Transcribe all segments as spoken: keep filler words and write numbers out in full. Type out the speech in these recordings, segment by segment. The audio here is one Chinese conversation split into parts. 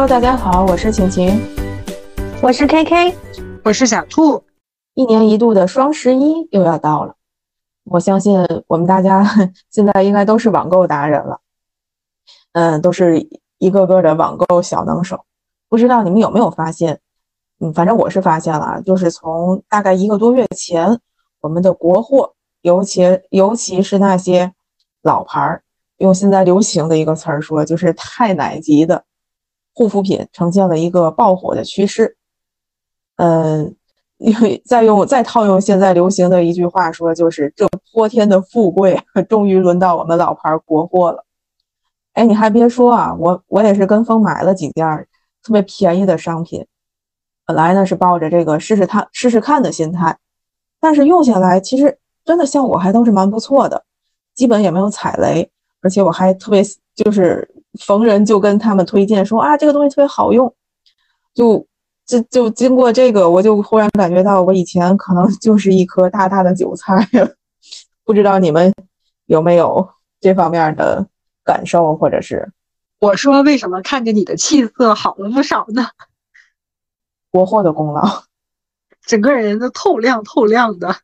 Hello， 大家好，我是晴晴， 我是 K K， 我是小兔。 一年一度的双十一又要到了，我相信我们大家现在应该都是网购达人了，嗯，都是一个个的网购小能手。不知道你们有没有发现，嗯，反正我是发现了啊，就是从大概一个多月前，我们的国货，尤其尤其是那些老牌，用现在流行的一个词儿说，就是太奶级的护肤品呈现了一个爆火的趋势。嗯，因为再用再套用现在流行的一句话说，就是这泼天的富贵终于轮到我们老牌国货了。哎，你还别说啊，我我也是跟风买了几件特别便宜的商品。本来呢是抱着这个试试看试试看的心态，但是用下来其实真的效果还都是蛮不错的，基本也没有踩雷，而且我还特别就是逢人就跟他们推荐说啊，这个东西特别好用。就就就经过这个，我就忽然感觉到我以前可能就是一颗大大的韭菜了。不知道你们有没有这方面的感受，或者是我说为什么看着你的气色好了不少呢？ 国货的功劳， 整个人都透亮透亮的。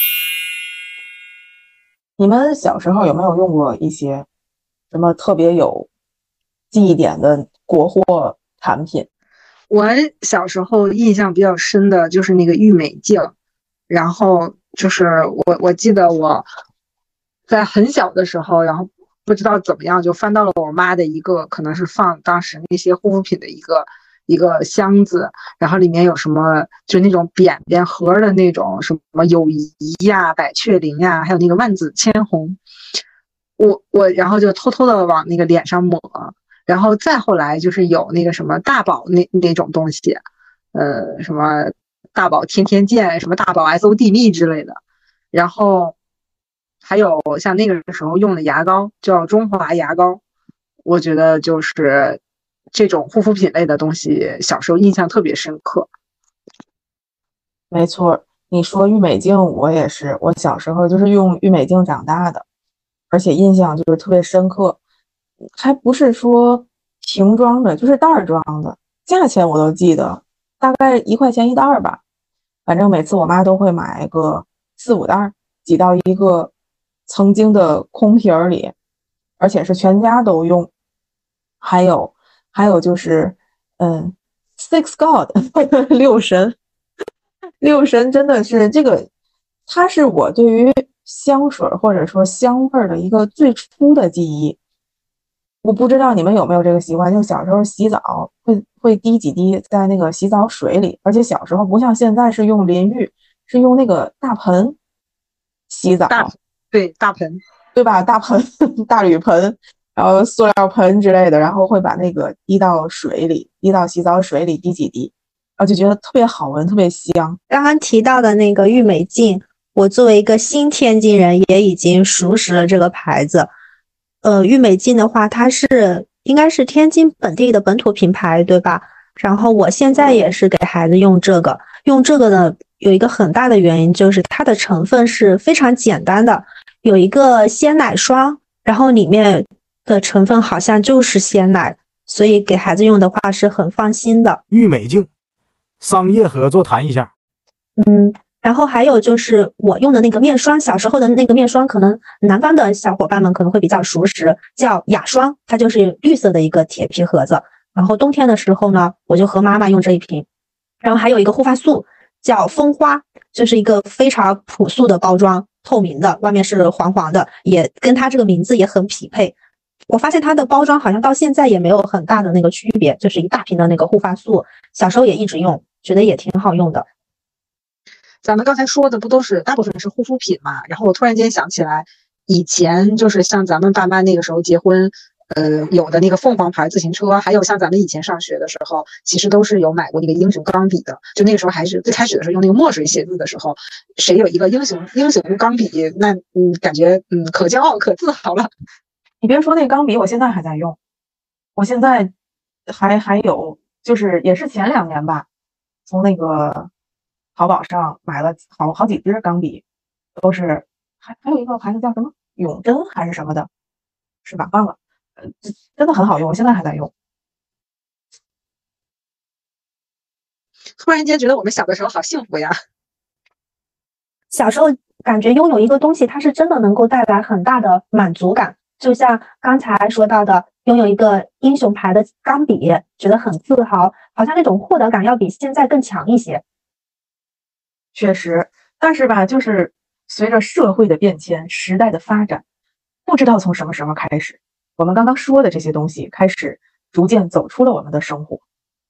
你们小时候有没有用过一些什么特别有记忆点的国货产品？ 我小时候印象比较深的就是那个郁美净，然后就是我我记得我在很小的时候，然后不知道怎么样就翻到了我妈的一个可能是放当时那些护肤品的一个一个箱子，然后里面有什么就那种扁扁盒的那种什么友谊呀、百雀羚呀，还有那个万紫千红，我我然后就偷偷的往那个脸上抹。然后再后来就是有那个什么大宝那那种东西，呃，什么大宝天天见，什么大宝 S O D 蜜之类的。然后还有像那个时候用的牙膏叫中华牙膏，我觉得就是这种护肤品类的东西，小时候印象特别深刻。 没错，你说郁美净，我也是，我小时候就是用郁美净长大的，而且印象就是特别深刻。还不是说瓶装的，就是袋儿装的，价钱我都记得，大概一块钱一袋儿吧。反正每次我妈都会买个四五袋儿，挤到一个曾经的空瓶儿里，而且是全家都用。还有还有就是，嗯，Six God 六神，六神真的是这个，它是我对于香水或者说香味儿的一个最初的记忆。我不知道你们有没有这个习惯，就小时候洗澡会会滴几滴在那个洗澡水里，而且小时候不像现在是用淋浴，是用那个大盆洗澡， 大对大盆， 对吧？大盆、大铝盆，然后塑料盆之类的，然后会把那个滴到水里，滴到洗澡水里滴几滴，然后就觉得特别好闻，特别香。 刚刚提到的那个郁美净，我作为一个新天津人，也已经熟识了这个牌子。呃，郁美净的话，它是应该是天津本地的本土品牌，对吧？然后我现在也是给孩子用这个，用这个呢，有一个很大的原因就是它的成分是非常简单的，有一个鲜奶霜，然后里面的成分好像就是鲜奶，所以给孩子用的话是很放心的。 郁美净，商业合作谈一下。 嗯。然后还有就是我用的那个面霜，小时候的那个面霜，可能南方的小伙伴们可能会比较熟识，叫雅霜，它就是绿色的一个铁皮盒子。然后冬天的时候呢，我就和妈妈用这一瓶。然后还有一个护发素叫蜂花，就是一个非常朴素的包装，透明的，外面是黄黄的，也跟它这个名字也很匹配。我发现它的包装好像到现在也没有很大的那个区别，就是一大瓶的那个护发素，小时候也一直用，觉得也挺好用的。 咱们刚才说的不都是大部分是护肤品嘛？然后我突然间想起来，以前就是像咱们爸妈那个时候结婚，呃，有的那个凤凰牌自行车，还有像咱们以前上学的时候，其实都是有买过那个英雄钢笔的。就那个时候还是最开始的时候用那个墨水写字的时候，谁有一个英雄英雄钢笔，那嗯，感觉嗯可骄傲可自豪了。 你别说那钢笔，我现在还在用，我现在还还有，就是也是前两年吧，从那个淘宝上买了好好几支钢笔，都是还还有一个牌子叫什么永真还是什么的，是吧？忘了，呃，真的很好用，我现在还在用。 突然间觉得我们小的时候好幸福呀。 小时候感觉拥有一个东西，它是真的能够带来很大的满足感，就像刚才说到的，拥有一个英雄牌的钢笔，觉得很自豪，好像那种获得感要比现在更强一些。 确实，但是吧，就是随着社会的变迁，时代的发展，不知道从什么时候开始，我们刚刚说的这些东西开始逐渐走出了我们的生活。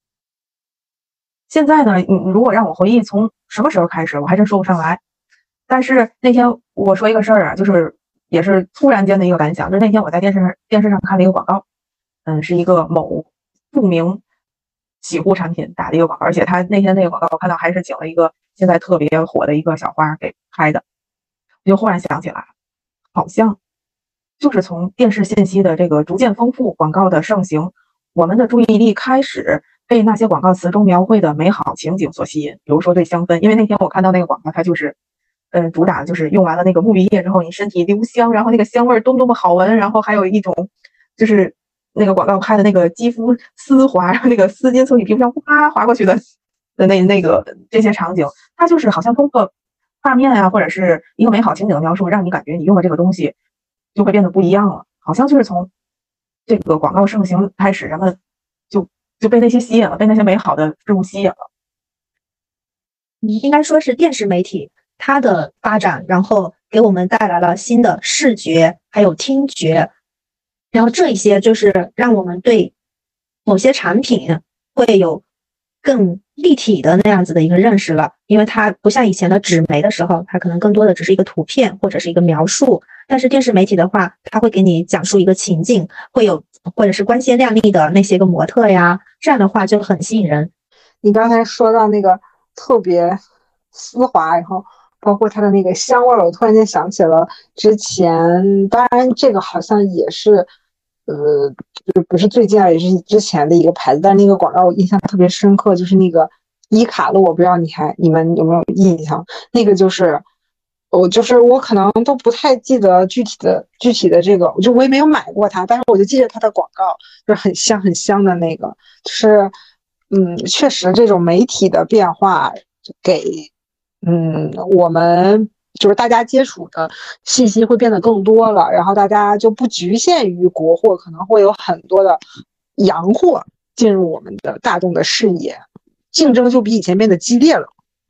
现在呢，你如果让我回忆从什么时候开始，我还真说不上来。但是那天我说一个事儿啊，就是也是突然间的一个感想，就是那天我在电视上电视上看了一个广告，嗯，是一个某著名洗护产品打的一个广告，而且他那天那个广告我看到还是请了一个现在特别火的一个小花给拍的，我就忽然想起来，好像就是从电视信息的这个逐渐丰富，广告的盛行，我们的注意力开始被那些广告词中描绘的美好情景所吸引。比如说对香氛，因为那天我看到那个广告，它就是嗯，主打的就是用完了那个沐浴液之后，你身体留香，然后那个香味多么多么好闻，然后还有一种就是那个广告拍的那个肌肤丝滑，然后那个丝巾从你皮肤上哗滑过去的的那那个这些场景，它就是好像通过画面啊，或者是一个美好情景的描述，让你感觉你用了这个东西就会变得不一样了。好像就是从这个广告盛行开始，人们就就被那些吸引了，被那些美好的事物吸引了。 应该说是电视媒体它的发展，然后给我们带来了新的视觉，还有听觉，然后这一些就是让我们对某些产品会有更立体的那样子的一个认识了。因为它不像以前的纸媒的时候，它可能更多的只是一个图片或者是一个描述，但是电视媒体的话，它会给你讲述一个情境，会有或者是光鲜亮丽的那些个模特呀，这样的话就很吸引人。 你刚才说到那个特别丝滑，然后包括它的那个香味儿，我突然间想起了之前，当然这个好像也是呃，就是不是最近啊，也是之前的一个牌子，但是那个广告我印象特别深刻，就是那个伊卡洛，我不知道你还你们有没有印象？那个就是我就是我可能都不太记得具体的具体的这个，就我也没有买过它，但是我就记得它的广告，就是很香很香的那个，就是嗯，确实这种媒体的变化给嗯我们。就是大家接触的信息会变得更多了，然后大家就不局限于国货，可能会有很多的洋货进入我们的大众的视野，竞争就比以前变得激烈了。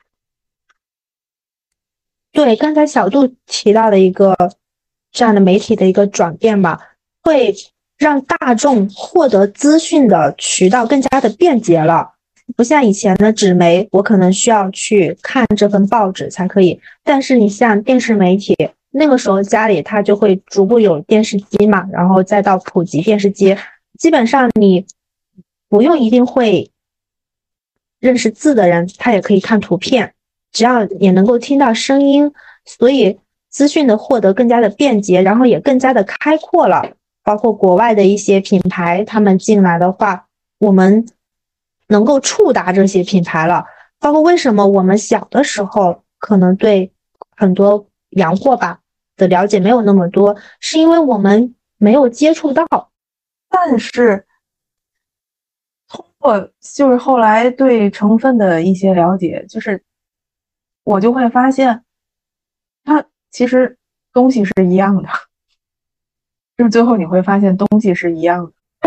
对，刚才小杜提到的一个这样的媒体的一个转变吧，会让大众获得资讯的渠道更加的便捷了。不像以前的纸媒，我可能需要去看这份报纸才可以，但是你像电视媒体，那个时候家里它就会逐步有电视机嘛，然后再到普及电视机，基本上你不用一定会认识字的人，他也可以看图片，只要也能够听到声音，所以资讯的获得更加的便捷，然后也更加的开阔了。包括国外的一些品牌，他们进来的话，我们能够触达这些品牌了。包括为什么我们小的时候可能对很多洋货吧的了解没有那么多，是因为我们没有接触到。 但是通过就是后来对成分的一些了解，就是我就会发现它其实东西是一样的，就是最后你会发现东西是一样的。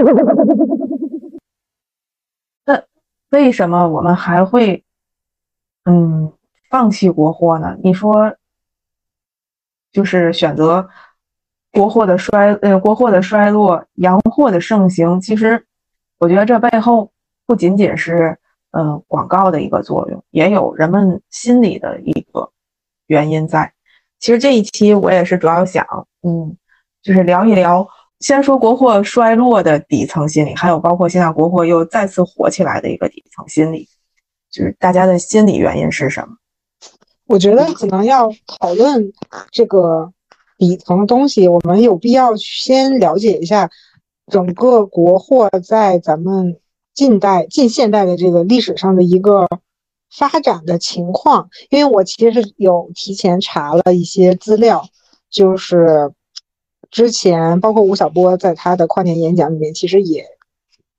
那为什么我们还会嗯放弃国货呢？你说就是选择国货的衰呃国货的衰落，洋货的盛行，其实我觉得这背后不仅仅是呃广告的一个作用，也有人们心理的一个原因在。其实这一期我也是主要想嗯就是聊一聊，先说国货衰落的底层心理，还有包括现在国货又再次火起来的一个底层心理，就是大家的心理原因是什么？ 我觉得可能要讨论这个底层的东西，我们有必要先了解一下整个国货在咱们近代近现代的这个历史上的一个发展的情况。因为我其实有提前查了一些资料，就是之前包括吴晓波在他的跨年演讲里面其实也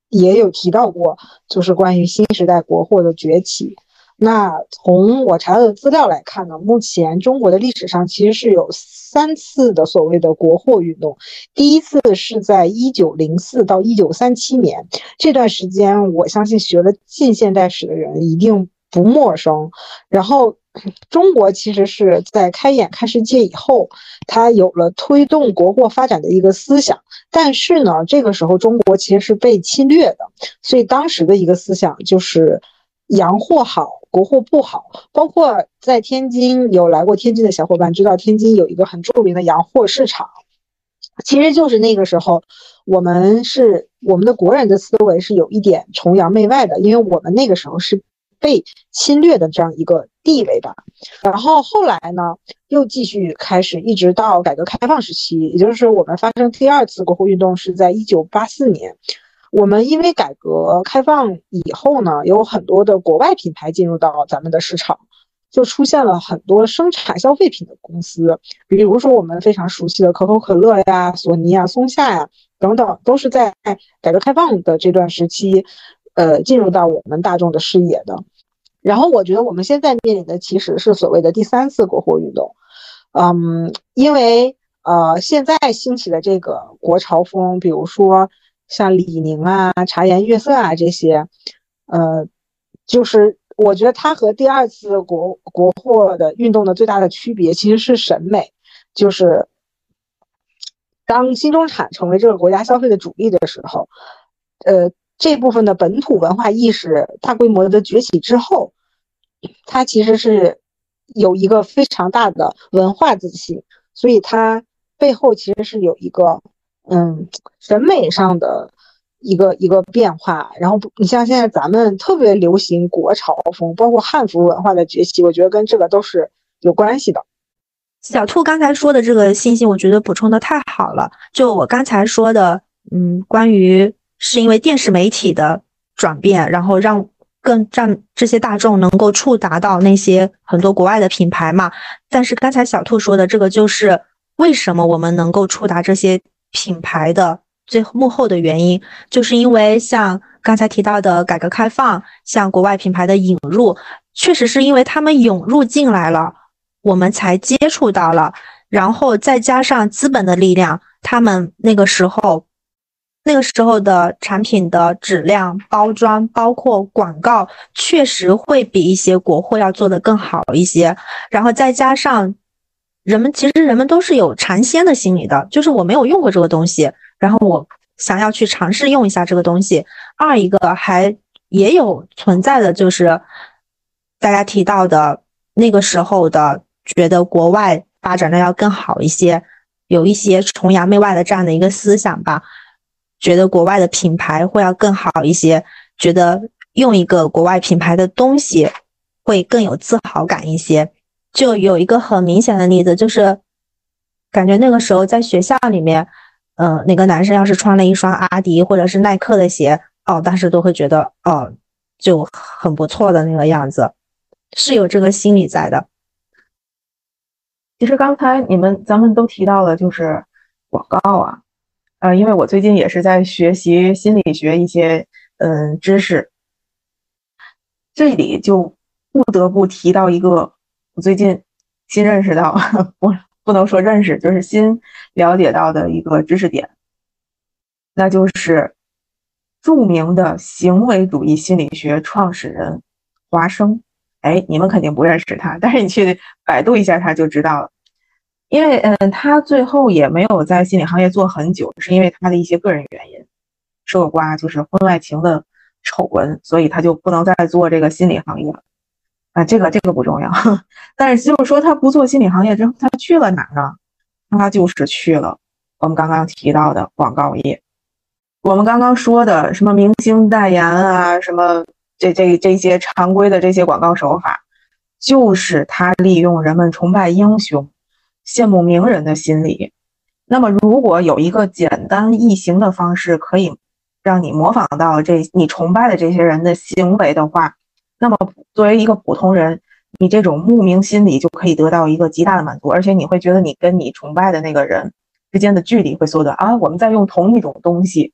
也有提到过，就是关于新时代国货的崛起。那从我查到的资料来看呢，目前中国的历史上其实是有三次的所谓的国货运动。第一次是在一九零四到一九三七年，这段时间我相信学了近现代史的人一定不陌生。然后中国其实是在开眼看世界以后，它有了推动国货发展的一个思想，但是呢，这个时候中国其实是被侵略的，所以当时的一个思想就是洋货好，国货不好。包括在天津，有来过天津的小伙伴知道，天津有一个很著名的洋货市场，其实就是那个时候我们是我们的国人的思维是有一点崇洋媚外的，因为我们那个时候是被侵略的这样一个地位吧。然后后来呢，又继续开始，一直到改革开放时期，也就是我们发生第二次国货运动是在一九八四年。我们因为改革开放以后呢，有很多的国外品牌进入到咱们的市场，就出现了很多生产消费品的公司，比如说我们非常熟悉的可口可乐呀、索尼呀、松下呀等等，都是在改革开放的这段时期，呃，进入到我们大众的视野的。然后我觉得我们现在面临的其实是所谓的第三次国货运动，嗯，因为呃现在兴起的这个国潮风，比如说像李宁啊、茶颜悦色啊这些，呃，就是我觉得它和第二次国国货的运动的最大的区别其实是审美，就是当新中产成为这个国家消费的主力的时候，呃，这部分的本土文化意识大规模的崛起之后，它其实是有一个非常大的文化自信，所以它背后其实是有一个嗯审美上的一个一个变化。然后你像现在咱们特别流行国潮风，包括汉服文化的崛起，我觉得跟这个都是有关系的。 小兔刚才说的这个信息，我觉得补充的太好了。就我刚才说的，嗯，关于是因为电视媒体的转变，然后让更让这些大众能够触达到那些很多国外的品牌嘛。但是刚才小兔说的这个，就是为什么我们能够触达这些品牌的最幕后的原因，就是因为像刚才提到的改革开放，像国外品牌的引入，确实是因为他们涌入进来了，我们才接触到了，然后再加上资本的力量，他们那个时候那个时候的产品的质量、包装，包括广告，确实会比一些国货要做得更好一些。然后再加上人们，其实人们都是有尝鲜的心理的，就是我没有用过这个东西，然后我想要去尝试用一下这个东西。二一个还也有存在的就是大家提到的那个时候的觉得国外发展的要更好一些，有一些崇洋媚外的这样的一个思想吧，觉得国外的品牌会要更好一些，觉得用一个国外品牌的东西会更有自豪感一些。就有一个很明显的例子，就是感觉那个时候在学校里面，嗯、呃，哪个男生要是穿了一双阿迪或者是耐克的鞋，哦，当时都会觉得哦，就很不错的那个样子，是有这个心理在的。 其实刚才你们咱们都提到了，就是广告啊，呃，因为我最近也是在学习心理学一些嗯知识，这里就不得不提到一个我最近新认识到，不不能说认识，就是新了解到的一个知识点，那就是著名的行为主义心理学创始人华生。哎，你们肯定不认识他，但是你去百度一下他就知道了。因为嗯，他最后也没有在心理行业做很久，是因为他的一些个人原因，涉刮就是婚外情的丑闻，所以他就不能再做这个心理行业了。啊，这个这个不重要，但是就是说他不做心理行业之后，他去了哪儿呢？他就是去了我们刚刚提到的广告业。我们刚刚说的什么明星代言啊，什么这这这些常规的这些广告手法，就是他利用人们崇拜英雄、羡慕名人的心理。那么如果有一个简单易行的方式可以让你模仿到这你崇拜的这些人的行为的话，那么作为一个普通人，你这种慕名心理就可以得到一个极大的满足，而且你会觉得你跟你崇拜的那个人之间的距离会缩短啊，我们在用同一种东西，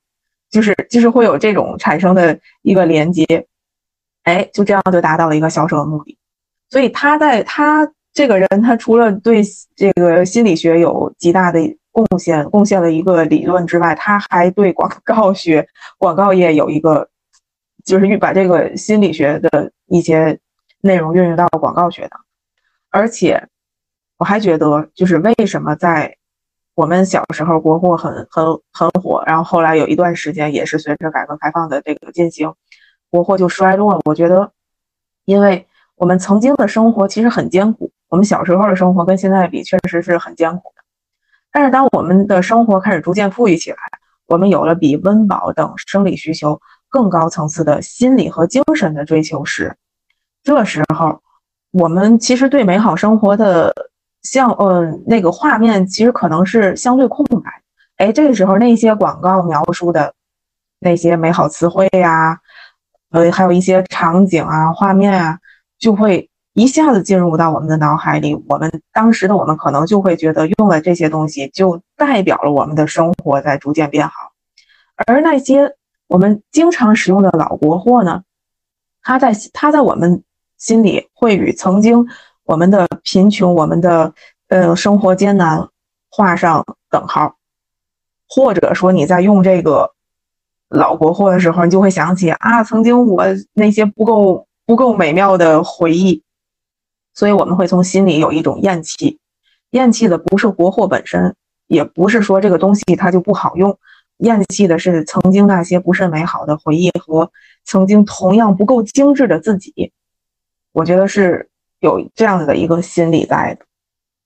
就是就是会有这种产生的一个连接，哎，就这样就达到了一个销售的目的。所以他在他这个人，他除了对这个心理学有极大的贡献，贡献了一个理论之外，他还对广告学、广告业有一个，就是把这个心理学的一些内容运用到广告学的。而且我还觉得，就是为什么在我们小时候国货很很很火，然后后来有一段时间也是随着改革开放的这个进行，国货就衰落了。我觉得，因为我们曾经的生活其实很艰苦，我们小时候的生活跟现在比确实是很艰苦的。但是当我们的生活开始逐渐富裕起来，我们有了比温饱等生理需求更高层次的心理和精神的追求时，这时候我们其实对美好生活的像嗯那个画面其实可能是相对空白。哎，这个时候那些广告描述的那些美好词汇呀，呃，还有一些场景啊、画面啊，就会一下子进入到我们的脑海里。我们当时的我们可能就会觉得用了这些东西就代表了我们的生活在逐渐变好。而那些我们经常使用的老国货呢，它在它在我们心里会与曾经我们的贫穷、我们的呃生活艰难画上等号。或者说你在用这个老国货的时候，你就会想起啊，曾经我那些不够不够美妙的回忆。所以我们会从心里有一种厌弃，厌弃的不是国货本身，也不是说这个东西它就不好用，厌弃的是曾经那些不甚美好的回忆和曾经同样不够精致的自己。我觉得是有这样的一个心理在的。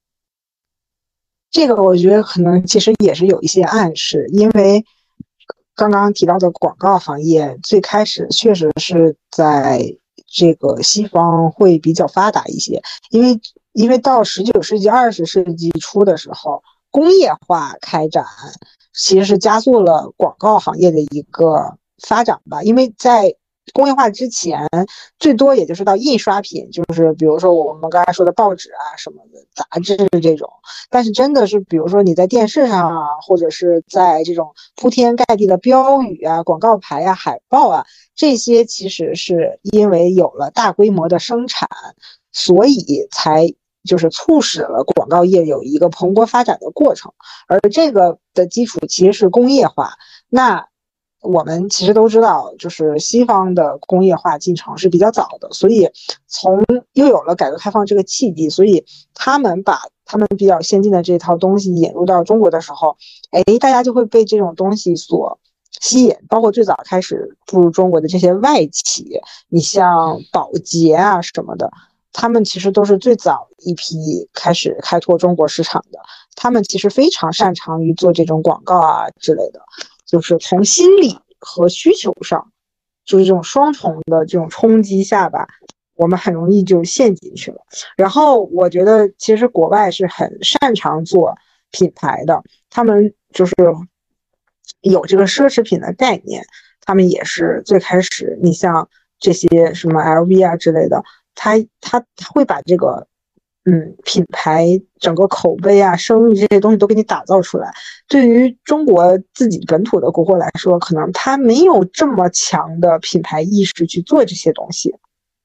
这个我觉得可能其实也是有一些暗示，因为刚刚提到的广告行业最开始确实是在这个西方会比较发达一些，因为因为到十九世纪二十世纪初的时候，工业化开展其实是加速了广告行业的一个发展吧。因为在工业化之前，最多也就是到印刷品，就是比如说我们刚才说的报纸啊什么的杂志这种，但是真的是比如说你在电视上啊，或者是在这种铺天盖地的标语啊、广告牌啊、海报啊，这些其实是因为有了大规模的生产，所以才就是促使了广告业有一个蓬勃发展的过程。而这个的基础其实是工业化。那我们其实都知道，就是西方的工业化进程是比较早的，所以从又有了改革开放这个契机，所以他们把他们比较先进的这套东西引入到中国的时候，哎，大家就会被这种东西所吸引。包括最早开始步入中国的这些外企，你像宝洁啊什么的，他们其实都是最早一批开始开拓中国市场的。他们其实非常擅长于做这种广告啊之类的。就是从心理和需求上，就是这种双重的这种冲击下吧，我们很容易就陷进去了。然后我觉得其实国外是很擅长做品牌的，他们就是有这个奢侈品的概念，他们也是最开始，你像这些什么 L V 啊之类的，他他他会把这个嗯，品牌整个口碑啊、声誉这些东西都给你打造出来。对于中国自己本土的国货来说，可能它没有这么强的品牌意识去做这些东西。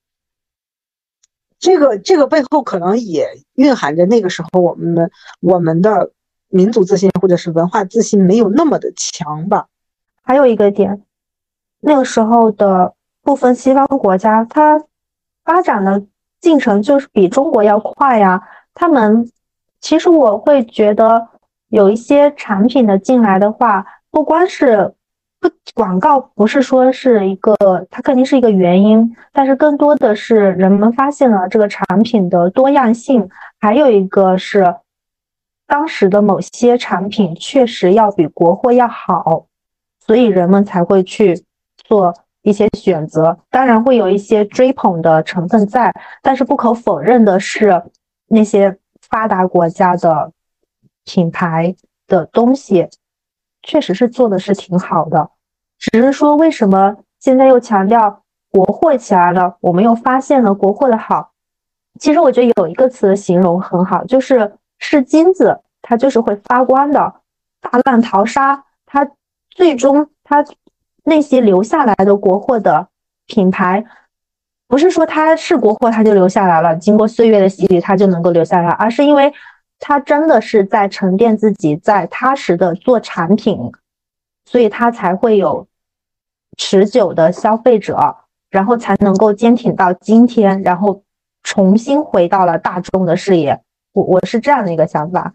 这个这个背后可能也蕴含着那个时候我们我们的民族自信或者是文化自信没有那么的强吧。 还有一个点，那个时候的部分西方国家，它发展的进程就是比中国要快呀。他们其实我会觉得有一些产品的进来的话，不光是不广告，不是说是一个，它肯定是一个原因，但是更多的是人们发现了这个产品的多样性，还有一个是当时的某些产品确实要比国货要好，所以人们才会去做一些选择。当然会有一些追捧的成分在，但是不可否认的是，那些发达国家的品牌的东西确实是做的是挺好的，只是说为什么现在又强调国货起来了，我们又发现了国货的好。其实我觉得有一个词的形容很好，就是是金子它就是会发光的，大浪淘沙它最终它那些留下来的国货的品牌，不是说它是国货它就留下来了，经过岁月的洗礼它就能够留下来，而是因为它真的是在沉淀自己，在踏实的做产品，所以它才会有持久的消费者，然后才能够坚挺到今天，然后重新回到了大众的视野。我我是这样的一个想法。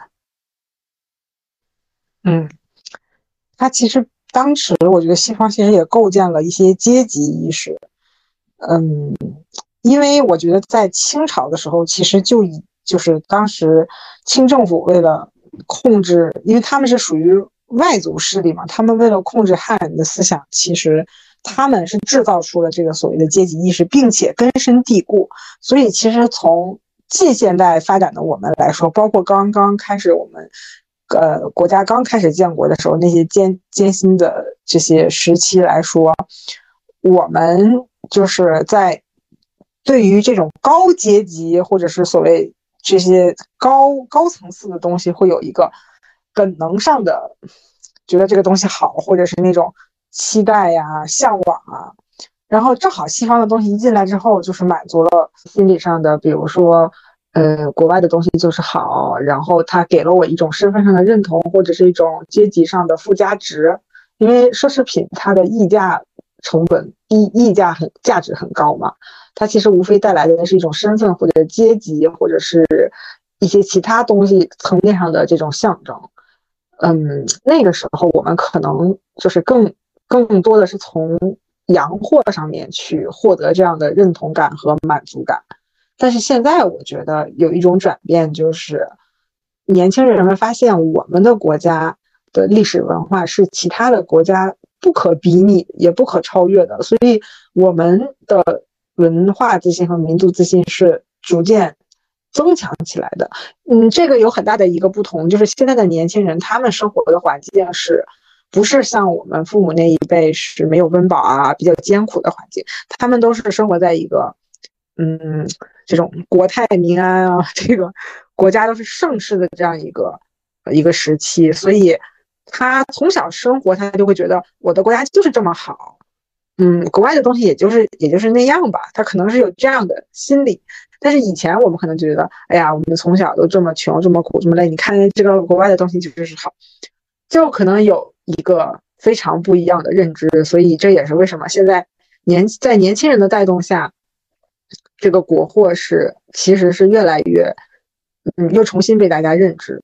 嗯，它其实当时我觉得西方其实也构建了一些阶级意识。嗯，因为我觉得在清朝的时候，其实就以就是当时清政府为了控制，因为他们是属于外族势力嘛，他们为了控制汉人的思想，其实他们是制造出了这个所谓的阶级意识，并且根深蒂固。所以其实从近现代发展的我们来说，包括刚刚开始我们呃国家刚开始建国的时候，那些艰艰辛的这些时期来说，我们就是在对于这种高阶级或者是所谓这些高高层次的东西，会有一个本能上的觉得这个东西好，或者是那种期待呀、向往啊。然后正好西方的东西一进来之后，就是满足了心理上的，比如说呃，国外的东西就是好，然后它给了我一种身份上的认同，或者是一种阶级上的附加值。因为奢侈品它的溢价成本溢溢价很价值很高嘛，它其实无非带来的是一种身份或者阶级或者是一些其他东西层面上的这种象征。嗯，那个时候我们可能就是更更多的是从洋货上面去获得这样的认同感和满足感。但是现在我觉得有一种转变，就是年轻人们发现我们的国家的历史文化是其他的国家不可比拟也不可超越的，所以我们的文化自信和民族自信是逐渐增强起来的。嗯，这个有很大的一个不同，就是现在的年轻人他们生活的环境是不是像我们父母那一辈是没有温饱啊比较艰苦的环境，他们都是生活在一个嗯这种国泰民安啊，这个国家都是盛世的这样一个一个时期，所以他从小生活他就会觉得我的国家就是这么好，嗯，国外的东西也就是也就是那样吧，他可能是有这样的心理。但是以前我们可能觉得，哎呀，我们从小都这么穷这么苦这么累，你看这个国外的东西就是好，就可能有一个非常不一样的认知。所以这也是为什么现在年在年轻人的带动下，这个国货是其实是越来越嗯又重新被大家认知。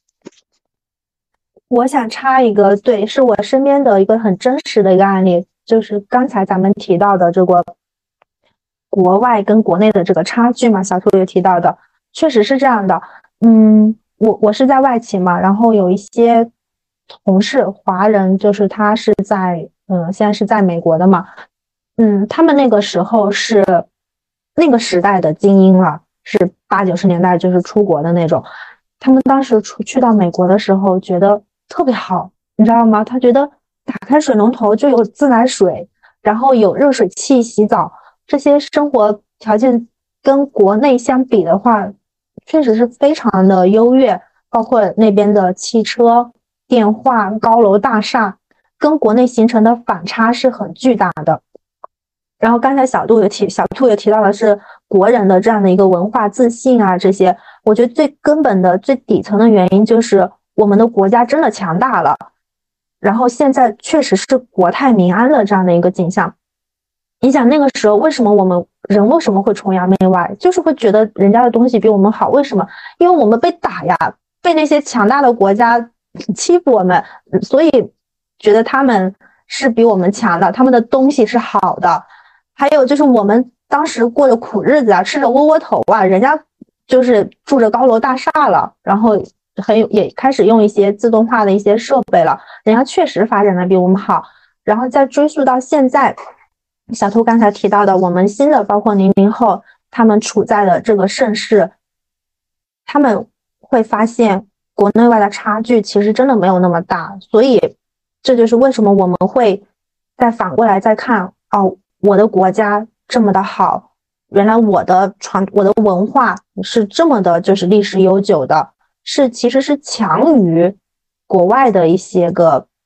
我想插一个，对，是我身边的一个很真实的一个案例，就是刚才咱们提到的这个国外跟国内的这个差距嘛，小兔有提到的，确实是这样的。嗯，我我是在外企嘛，然后有一些同事华人，就是他是在嗯现在是在美国的嘛，嗯，他们那个时候是那个时代的精英了，是八九十年代就是出国的那种。他们当时出去到美国的时候，觉得特别好，你知道吗？他觉得打开水龙头就有自来水，然后有热水器洗澡，这些生活条件跟国内相比的话，确实是非常的优越。包括那边的汽车、电话、高楼大厦，跟国内形成的反差是很巨大的。然后刚才小杜有提，小兔有提到的是国人的这样的一个文化自信啊，这些，我觉得最根本的、最底层的原因就是我们的国家真的强大了，然后现在确实是国泰民安的这样的一个景象。你想那个时候为什么我们人为什么会崇洋媚外，就是会觉得人家的东西比我们好，为什么？因为我们被打呀，被那些强大的国家欺负我们，所以觉得他们是比我们强的，他们的东西是好的。还有就是我们当时过着苦日子啊，吃着窝窝头啊，人家就是住着高楼大厦了，然后很有也开始用一些自动化的一些设备了，人家确实发展的比我们好。然后再追溯到现在，小兔刚才提到的我们新的包括零零后，他们处在的这个盛世，他们会发现国内外的差距其实真的没有那么大。所以这就是为什么我们会再反过来再看，哦，我的国家这么的好，原来我的传我的文化是这么的就是历史悠久的，是其实是强于国外的一些个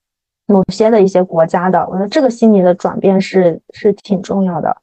某些的一些国家的。我觉得这个心理的转变是是挺重要的。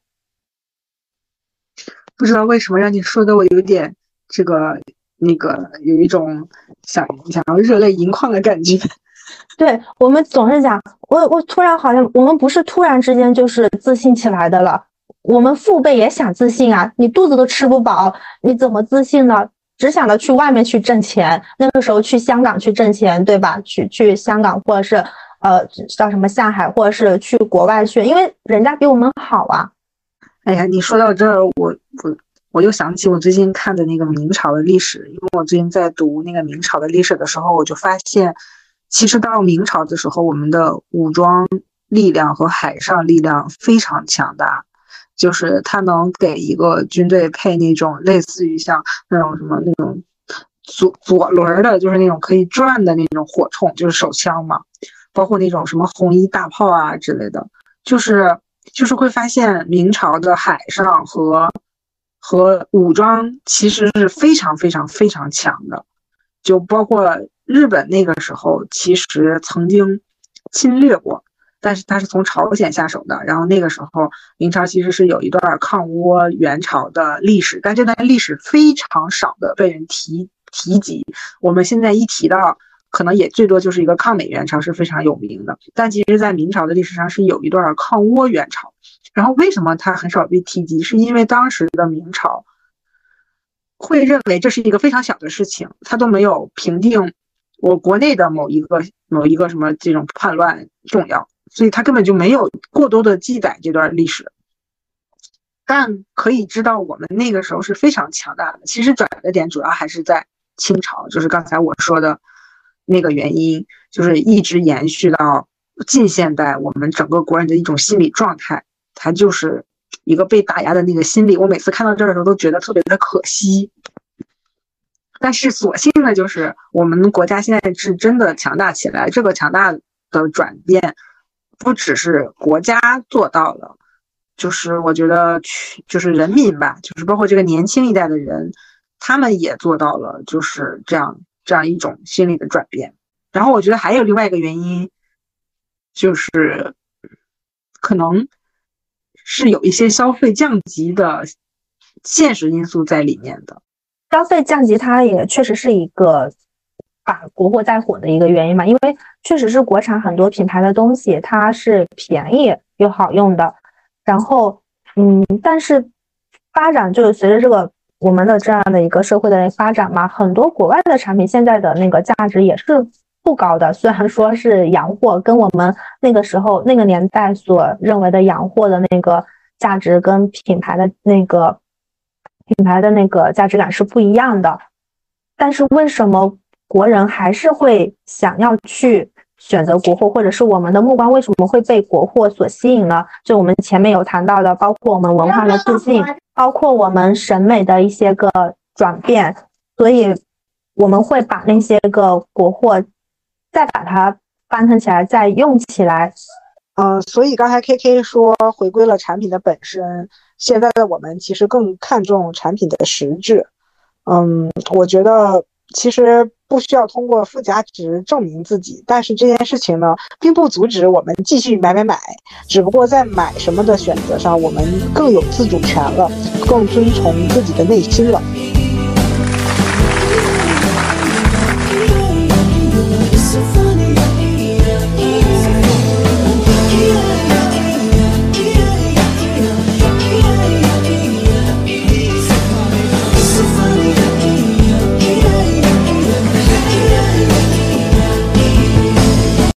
不知道为什么让你说的我有点这个那个有一种想想要热泪盈眶的感觉。 对，我们总是讲，我我突然好像我们不是突然之间就是自信起来的了，我们父辈也想自信啊，你肚子都吃不饱，你怎么自信呢？只想着去外面去挣钱，那个时候去香港去挣钱，对吧？去去香港或者是呃到什么上海，或者是去国外去，因为人家比我们好啊。 哎呀，你说到这儿，我我我又想起我最近看的那个明朝的历史，因为我最近在读那个明朝的历史的时候，我就发现，其实到明朝的时候，我们的武装力量和海上力量非常强大，就是它能给一个军队配那种类似于像那种什么那种左左轮的，就是那种可以转的那种火铳，就是手枪嘛，包括那种什么红衣大炮啊之类的，就是就是会发现明朝的海上和和武装其实是非常非常非常强的，就包括日本那个时候其实曾经侵略过，但是他是从朝鲜下手的，然后那个时候明朝其实是有一段抗倭援朝的历史，但这段历史非常少的被人提提及，我们现在一提到可能也最多就是一个抗美援朝是非常有名的，但其实在明朝的历史上是有一段抗倭援朝，然后为什么它很少被提及，是因为当时的明朝会认为这是一个非常小的事情，它都没有平定我国内的某一个某一个什么这种叛乱重要，所以他根本就没有过多的记载这段历史。但可以知道我们那个时候是非常强大的，其实转折点主要还是在清朝，就是刚才我说的那个原因，就是一直延续到近现代，我们整个国人的一种心理状态，它就是一个被打压的那个心理。我每次看到这儿的时候都觉得特别的可惜，但是所幸的就是我们国家现在是真的强大起来，这个强大的转变不只是国家做到了，就是我觉得就是人民吧，就是包括这个年轻一代的人，他们也做到了就是这样这样一种心理的转变。然后我觉得还有另外一个原因，就是可能是有一些消费降级的现实因素在里面的。 消费降级它也确实是一个把国货带火的一个原因嘛，因为确实是国产很多品牌的东西它是便宜又好用的，然后嗯，但是发展就是随着这个我们的这样的一个社会的发展嘛，很多国外的产品现在的那个价值也是不高的，虽然说是洋货，跟我们那个时候那个年代所认为的洋货的那个价值跟品牌的那个品牌的那个价值感是不一样的，但是为什么国人还是会想要去选择国货，或者是我们的目光为什么会被国货所吸引呢？就我们前面有谈到的，包括我们文化的自信，包括我们审美的一些个转变，所以我们会把那些个国货再把它翻腾起来，再用起来。 嗯、呃，所以刚才 K K 说回归了产品的本身，现在的我们其实更看重产品的实质。嗯，我觉得其实不需要通过附加值证明自己，但是这件事情呢，并不阻止我们继续买买买，只不过在买什么的选择上，我们更有自主权了，更遵从自己的内心了。